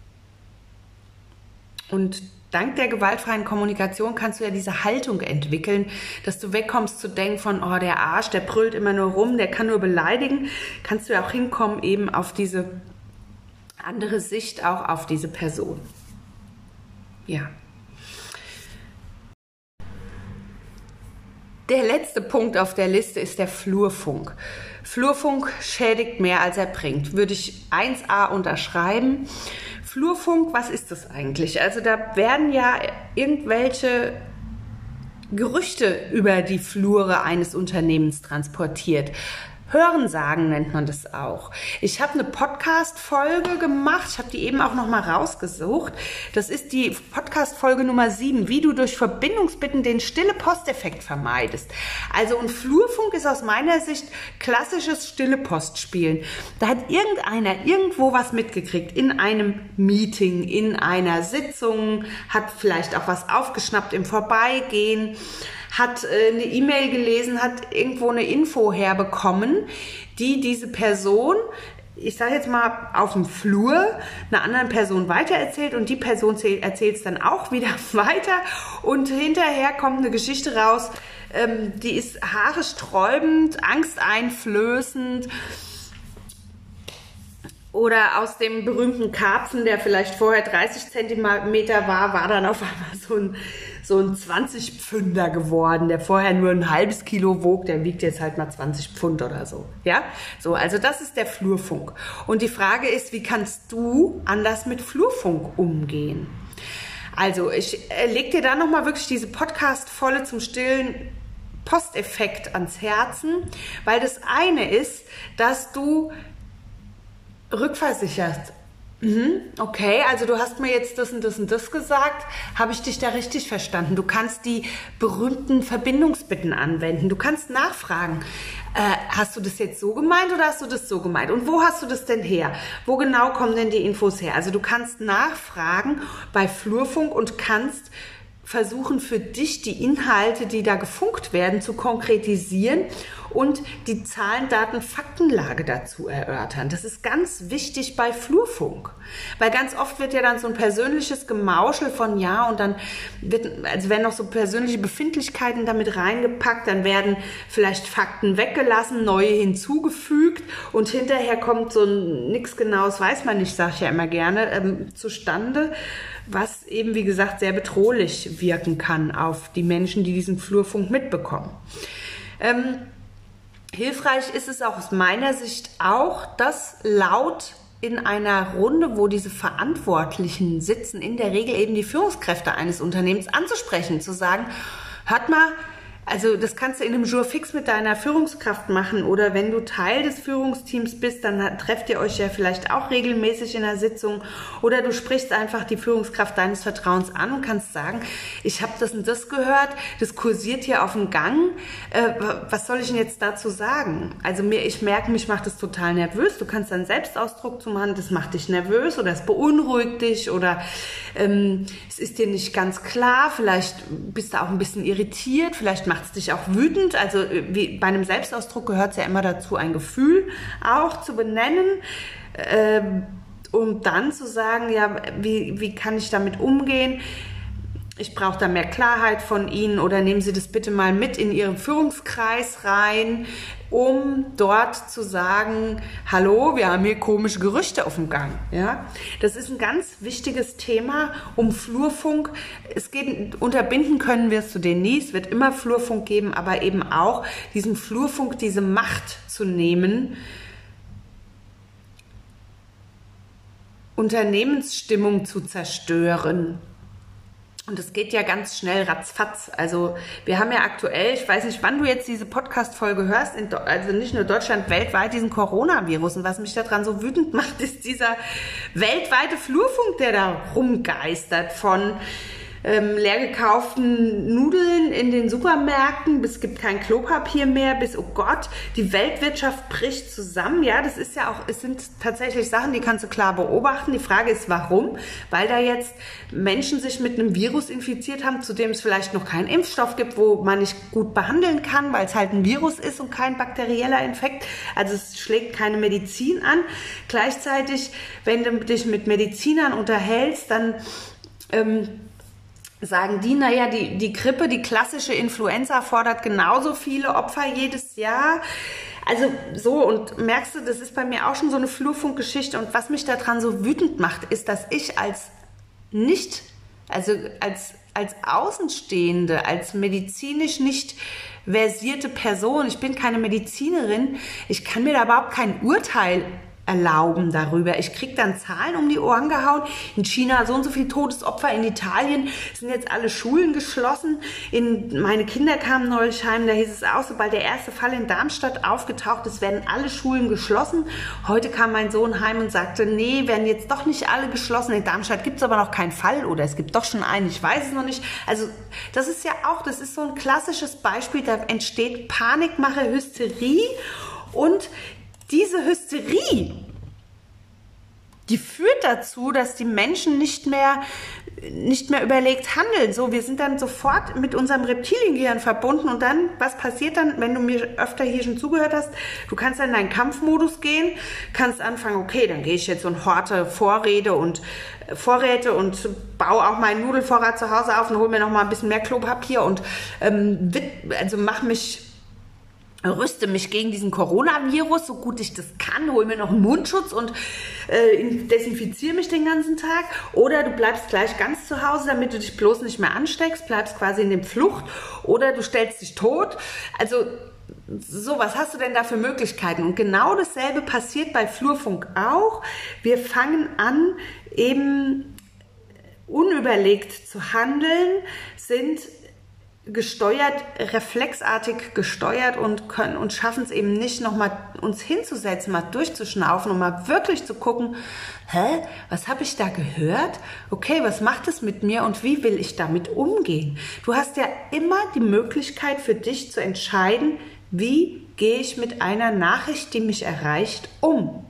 Und dank der gewaltfreien Kommunikation kannst du ja diese Haltung entwickeln, dass du wegkommst zu denken von, oh, der Arsch, der brüllt immer nur rum, der kann nur beleidigen. Kannst du ja auch hinkommen eben auf diese andere Sicht, auch auf diese Person. Ja. Der letzte Punkt auf der Liste ist der Flurfunk. Flurfunk schädigt mehr, als er bringt. Würde ich 1a unterschreiben. Flurfunk, was ist das eigentlich? Also da werden ja irgendwelche Gerüchte über die Flure eines Unternehmens transportiert. Hörensagen nennt man das auch. Ich habe eine Podcast-Folge gemacht, ich habe die eben auch nochmal rausgesucht. Das ist die Podcast-Folge Nummer 7, wie du durch Verbindungsbitten den Stille-Post-Effekt vermeidest. Also ein Flurfunk ist aus meiner Sicht klassisches Stille-Post-Spielen. Da hat irgendeiner irgendwo was mitgekriegt, in einem Meeting, in einer Sitzung, hat vielleicht auch was aufgeschnappt im Vorbeigehen, hat eine E-Mail gelesen, hat irgendwo eine Info herbekommen, die diese Person, ich sage jetzt mal auf dem Flur, einer anderen Person weitererzählt und die Person erzählt es dann auch wieder weiter und hinterher kommt eine Geschichte raus, die ist haaresträubend, angsteinflößend. Oder aus dem berühmten Karpfen, der vielleicht vorher 30 Zentimeter war dann auf einmal so ein 20-Pfünder geworden, der vorher nur ein halbes Kilo wog, der wiegt jetzt halt mal 20 Pfund oder so. Ja, so, also das ist der Flurfunk. Und die Frage ist, wie kannst du anders mit Flurfunk umgehen? Also ich leg dir da nochmal wirklich diese Podcast-Volle zum stillen Posteffekt ans Herzen, weil das eine ist, dass du rückversichert. Okay, also du hast mir jetzt das und das und das gesagt. Habe ich dich da richtig verstanden? Du kannst die berühmten Verbindungsbitten anwenden. Du kannst nachfragen. Hast du das jetzt so gemeint oder hast du das so gemeint? Und wo hast du das denn her? Wo genau kommen denn die Infos her? Also du kannst nachfragen bei Flurfunk und kannst versuchen für dich die Inhalte, die da gefunkt werden, zu konkretisieren und die Zahlen, Daten, Faktenlage dazu erörtern. Das ist ganz wichtig bei Flurfunk, weil ganz oft wird ja dann so ein persönliches Gemauschel von ja und dann werden noch so persönliche Befindlichkeiten damit reingepackt, dann werden vielleicht Fakten weggelassen, neue hinzugefügt und hinterher kommt so ein nix Genaues, weiß man nicht, sage ich ja immer gerne, zustande, was eben, wie gesagt, sehr bedrohlich wirken kann auf die Menschen, die diesen Flurfunk mitbekommen. Hilfreich ist es auch aus meiner Sicht auch, das laut in einer Runde, wo diese Verantwortlichen sitzen, in der Regel eben die Führungskräfte eines Unternehmens anzusprechen, zu sagen, hört mal, also das kannst du in einem Jour fix mit deiner Führungskraft machen oder wenn du Teil des Führungsteams bist, dann trefft ihr euch ja vielleicht auch regelmäßig in einer Sitzung oder du sprichst einfach die Führungskraft deines Vertrauens an und kannst sagen, ich habe das und das gehört, das kursiert hier auf dem Gang, was soll ich denn jetzt dazu sagen? Also ich merke, mich macht das total nervös, du kannst einen Selbstausdruck zu machen, das macht dich nervös oder es beunruhigt dich oder es ist dir nicht ganz klar, vielleicht bist du auch ein bisschen irritiert, vielleicht macht es dich auch wütend, also wie bei einem Selbstausdruck gehört es ja immer dazu, ein Gefühl auch zu benennen, um dann zu sagen, ja, wie kann ich damit umgehen? Ich brauche da mehr Klarheit von Ihnen oder nehmen Sie das bitte mal mit in Ihren Führungskreis rein, um dort zu sagen, hallo, wir haben hier komische Gerüchte auf dem Gang. Ja? Das ist ein ganz wichtiges Thema um Flurfunk. Unterbinden können wir es zu denen nie, es wird immer Flurfunk geben, aber eben auch diesem Flurfunk diese Macht zu nehmen, Unternehmensstimmung zu zerstören. Und es geht ja ganz schnell ratzfatz. Also wir haben ja aktuell, ich weiß nicht, wann du jetzt diese Podcast-Folge hörst, also nicht nur Deutschland, weltweit diesen Coronavirus. Und was mich daran so wütend macht, ist dieser weltweite Flurfunk, der da rumgeistert von leer gekauften Nudeln in den Supermärkten, bis es gibt kein Klopapier mehr, bis, oh Gott, die Weltwirtschaft bricht zusammen. Ja, das ist ja auch, es sind tatsächlich Sachen, die kannst du klar beobachten. Die Frage ist, warum? Weil da jetzt Menschen sich mit einem Virus infiziert haben, zu dem es vielleicht noch keinen Impfstoff gibt, wo man nicht gut behandeln kann, weil es halt ein Virus ist und kein bakterieller Infekt. Also es schlägt keine Medizin an. Gleichzeitig, wenn du dich mit Medizinern unterhältst, dann sagen die, naja, die Grippe, die klassische Influenza fordert genauso viele Opfer jedes Jahr. Also so, und merkst du, das ist bei mir auch schon so eine Flurfunkgeschichte. Und was mich daran so wütend macht, ist, dass ich als als Außenstehende, als medizinisch nicht versierte Person, ich bin keine Medizinerin, ich kann mir da überhaupt kein Urteil erlauben darüber. Ich kriege dann Zahlen um die Ohren gehauen. In China so und so viele Todesopfer, in Italien sind jetzt alle Schulen geschlossen. Meine Kinder kamen neulich heim, da hieß es auch, sobald der erste Fall in Darmstadt aufgetaucht ist, werden alle Schulen geschlossen. Heute kam mein Sohn heim und sagte, nee, werden jetzt doch nicht alle geschlossen. In Darmstadt gibt es aber noch keinen Fall oder es gibt doch schon einen, ich weiß es noch nicht. Also das ist ja auch, das ist so ein klassisches Beispiel, da entsteht Panikmache, Hysterie und diese Hysterie, die führt dazu, dass die Menschen nicht mehr überlegt handeln. So, wir sind dann sofort mit unserem Reptiliengehirn verbunden und dann, was passiert dann, wenn du mir öfter hier schon zugehört hast? Du kannst dann in deinen Kampfmodus gehen, kannst anfangen, okay, dann gehe ich jetzt und horte Vorräte und baue auch meinen Nudelvorrat zu Hause auf und hole mir noch mal ein bisschen mehr Klopapier und rüste mich gegen diesen Coronavirus, so gut ich das kann, hol mir noch einen Mundschutz und desinfiziere mich den ganzen Tag. Oder du bleibst gleich ganz zu Hause, damit du dich bloß nicht mehr ansteckst, bleibst quasi in der Flucht oder du stellst dich tot. Also so, was hast du denn da für Möglichkeiten? Und genau dasselbe passiert bei Flurfunk auch. Wir fangen an, eben unüberlegt zu handeln, sind gesteuert, reflexartig gesteuert und schaffen es eben nicht, nochmal uns hinzusetzen, mal durchzuschnaufen und mal wirklich zu gucken, was habe ich da gehört? Okay, was macht es mit mir und wie will ich damit umgehen? Du hast ja immer die Möglichkeit für dich zu entscheiden, wie gehe ich mit einer Nachricht, die mich erreicht, um?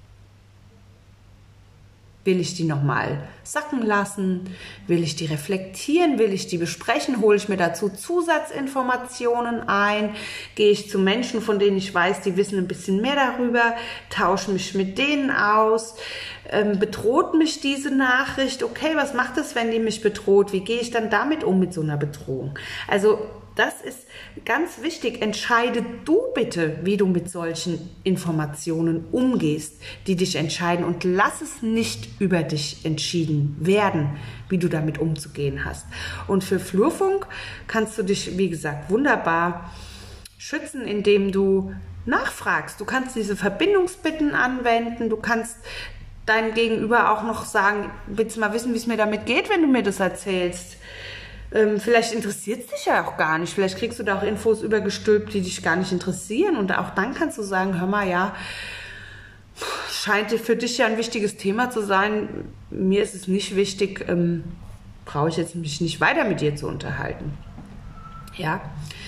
Will ich die nochmal sacken lassen? Will ich die reflektieren? Will ich die besprechen? Hole ich mir dazu Zusatzinformationen ein? Gehe ich zu Menschen, von denen ich weiß, die wissen ein bisschen mehr darüber? Tausche mich mit denen aus? Bedroht mich diese Nachricht? Okay, was macht es, wenn die mich bedroht? Wie gehe ich dann damit um mit so einer Bedrohung? Also das ist ganz wichtig. Entscheide du bitte, wie du mit solchen Informationen umgehst, die dich entscheiden und lass es nicht über dich entschieden werden, wie du damit umzugehen hast. Und für Flurfunk kannst du dich, wie gesagt, wunderbar schützen, indem du nachfragst. Du kannst diese Verbindungsbitten anwenden, du kannst deinem Gegenüber auch noch sagen, willst du mal wissen, wie es mir damit geht, wenn du mir das erzählst? Vielleicht interessiert es dich ja auch gar nicht. Vielleicht kriegst du da auch Infos übergestülpt, die dich gar nicht interessieren. Und auch dann kannst du sagen, hör mal, ja, scheint für dich ja ein wichtiges Thema zu sein. Mir ist es nicht wichtig, brauche ich jetzt mich nicht weiter mit dir zu unterhalten. Ja,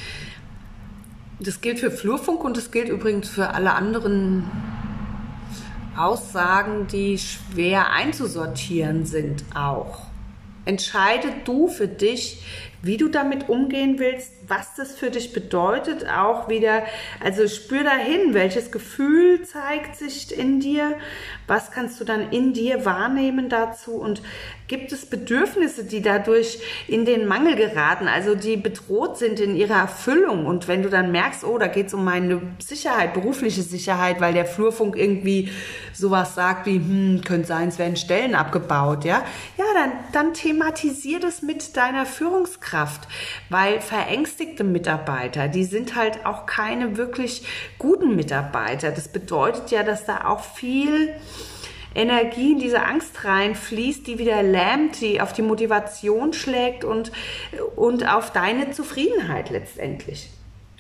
das gilt für Flurfunk und das gilt übrigens für alle anderen Aussagen, die schwer einzusortieren sind auch. Entscheide du für dich, wie du damit umgehen willst, was das für dich bedeutet, auch wieder, also spür dahin, welches Gefühl zeigt sich in dir, was kannst du dann in dir wahrnehmen dazu und gibt es Bedürfnisse, die dadurch in den Mangel geraten, also die bedroht sind in ihrer Erfüllung und wenn du dann merkst, oh, da geht es um meine Sicherheit, berufliche Sicherheit, weil der Flurfunk irgendwie sowas sagt wie, könnte sein, es werden Stellen abgebaut, ja, dann thematisier das mit deiner Führungskraft, weil verängstigte Mitarbeiter, die sind halt auch keine wirklich guten Mitarbeiter. Das bedeutet ja, dass da auch viel Energie in diese Angst reinfließt, die wieder lähmt, die auf die Motivation schlägt und auf deine Zufriedenheit letztendlich.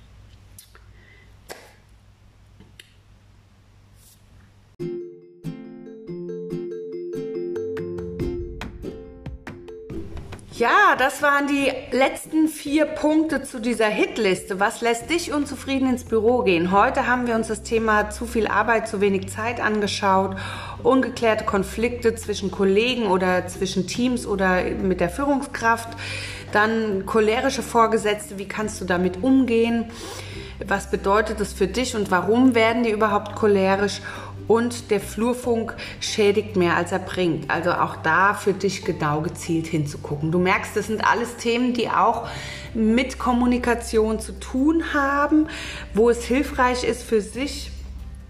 Ja, das waren die letzten 4 Punkte zu dieser Hitliste. Was lässt dich unzufrieden ins Büro gehen? Heute haben wir uns das Thema zu viel Arbeit, zu wenig Zeit angeschaut, ungeklärte Konflikte zwischen Kollegen oder zwischen Teams oder mit der Führungskraft, dann cholerische Vorgesetzte, wie kannst du damit umgehen? Was bedeutet das für dich und warum werden die überhaupt cholerisch? Und der Flurfunk schädigt mehr, als er bringt. Also auch da für dich genau gezielt hinzugucken. Du merkst, das sind alles Themen, die auch mit Kommunikation zu tun haben, wo es hilfreich ist für sich,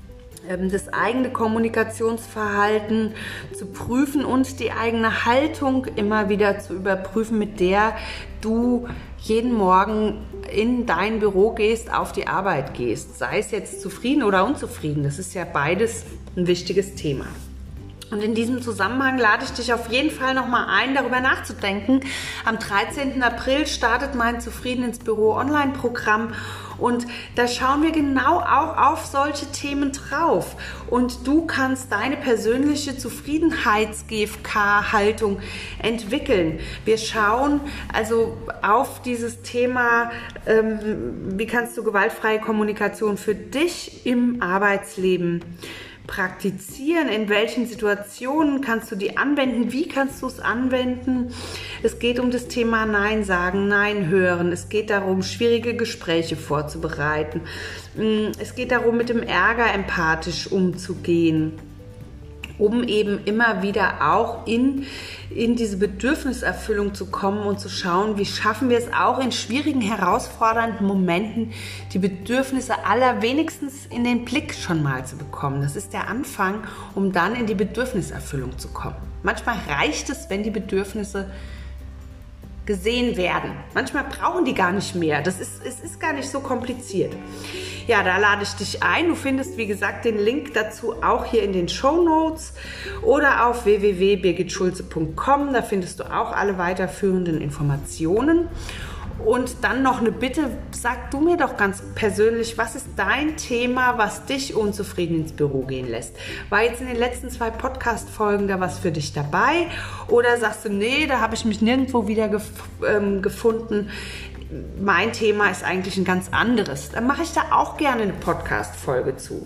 das eigene Kommunikationsverhalten zu prüfen und die eigene Haltung immer wieder zu überprüfen, mit der du jeden Morgen in dein Büro gehst, auf die Arbeit gehst. Sei es jetzt zufrieden oder unzufrieden, das ist ja beides ein wichtiges Thema. Und in diesem Zusammenhang lade ich dich auf jeden Fall nochmal ein, darüber nachzudenken. Am 13. April startet mein Zufrieden ins Büro Online-Programm und da schauen wir genau auch auf solche Themen drauf. Und du kannst deine persönliche Zufriedenheits-GfK-Haltung entwickeln. Wir schauen also auf dieses Thema, wie kannst du gewaltfreie Kommunikation für dich im Arbeitsleben praktizieren, in welchen Situationen kannst du die anwenden, wie kannst du es anwenden. Es geht um das Thema Nein sagen, Nein hören. Es geht darum, schwierige Gespräche vorzubereiten. Es geht darum, mit dem Ärger empathisch umzugehen, um eben immer wieder auch in diese Bedürfniserfüllung zu kommen und zu schauen, wie schaffen wir es auch in schwierigen, herausfordernden Momenten, die Bedürfnisse aller wenigstens in den Blick schon mal zu bekommen. Das ist der Anfang, um dann in die Bedürfniserfüllung zu kommen. Manchmal reicht es, wenn die Bedürfnisse gesehen werden. Manchmal brauchen die gar nicht mehr. Es ist gar nicht so kompliziert. Ja, da lade ich dich ein. Du findest, wie gesagt, den Link dazu auch hier in den Shownotes oder auf www.birgitschulze.com. Da findest du auch alle weiterführenden Informationen. Und dann noch eine Bitte, sag du mir doch ganz persönlich, was ist dein Thema, was dich unzufrieden ins Büro gehen lässt? War jetzt in den letzten 2 Podcast-Folgen da was für dich dabei? Oder sagst du, nee, da habe ich mich nirgendwo wieder gefunden. Mein Thema ist eigentlich ein ganz anderes. Dann mache ich da auch gerne eine Podcast-Folge zu.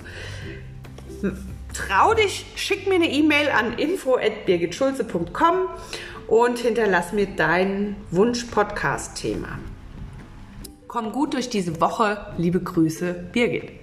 Trau dich, schick mir eine E-Mail an info@birgitschulze.com und hinterlass mir dein Wunsch-Podcast-Thema. Komm gut durch diese Woche. Liebe Grüße, Birgit.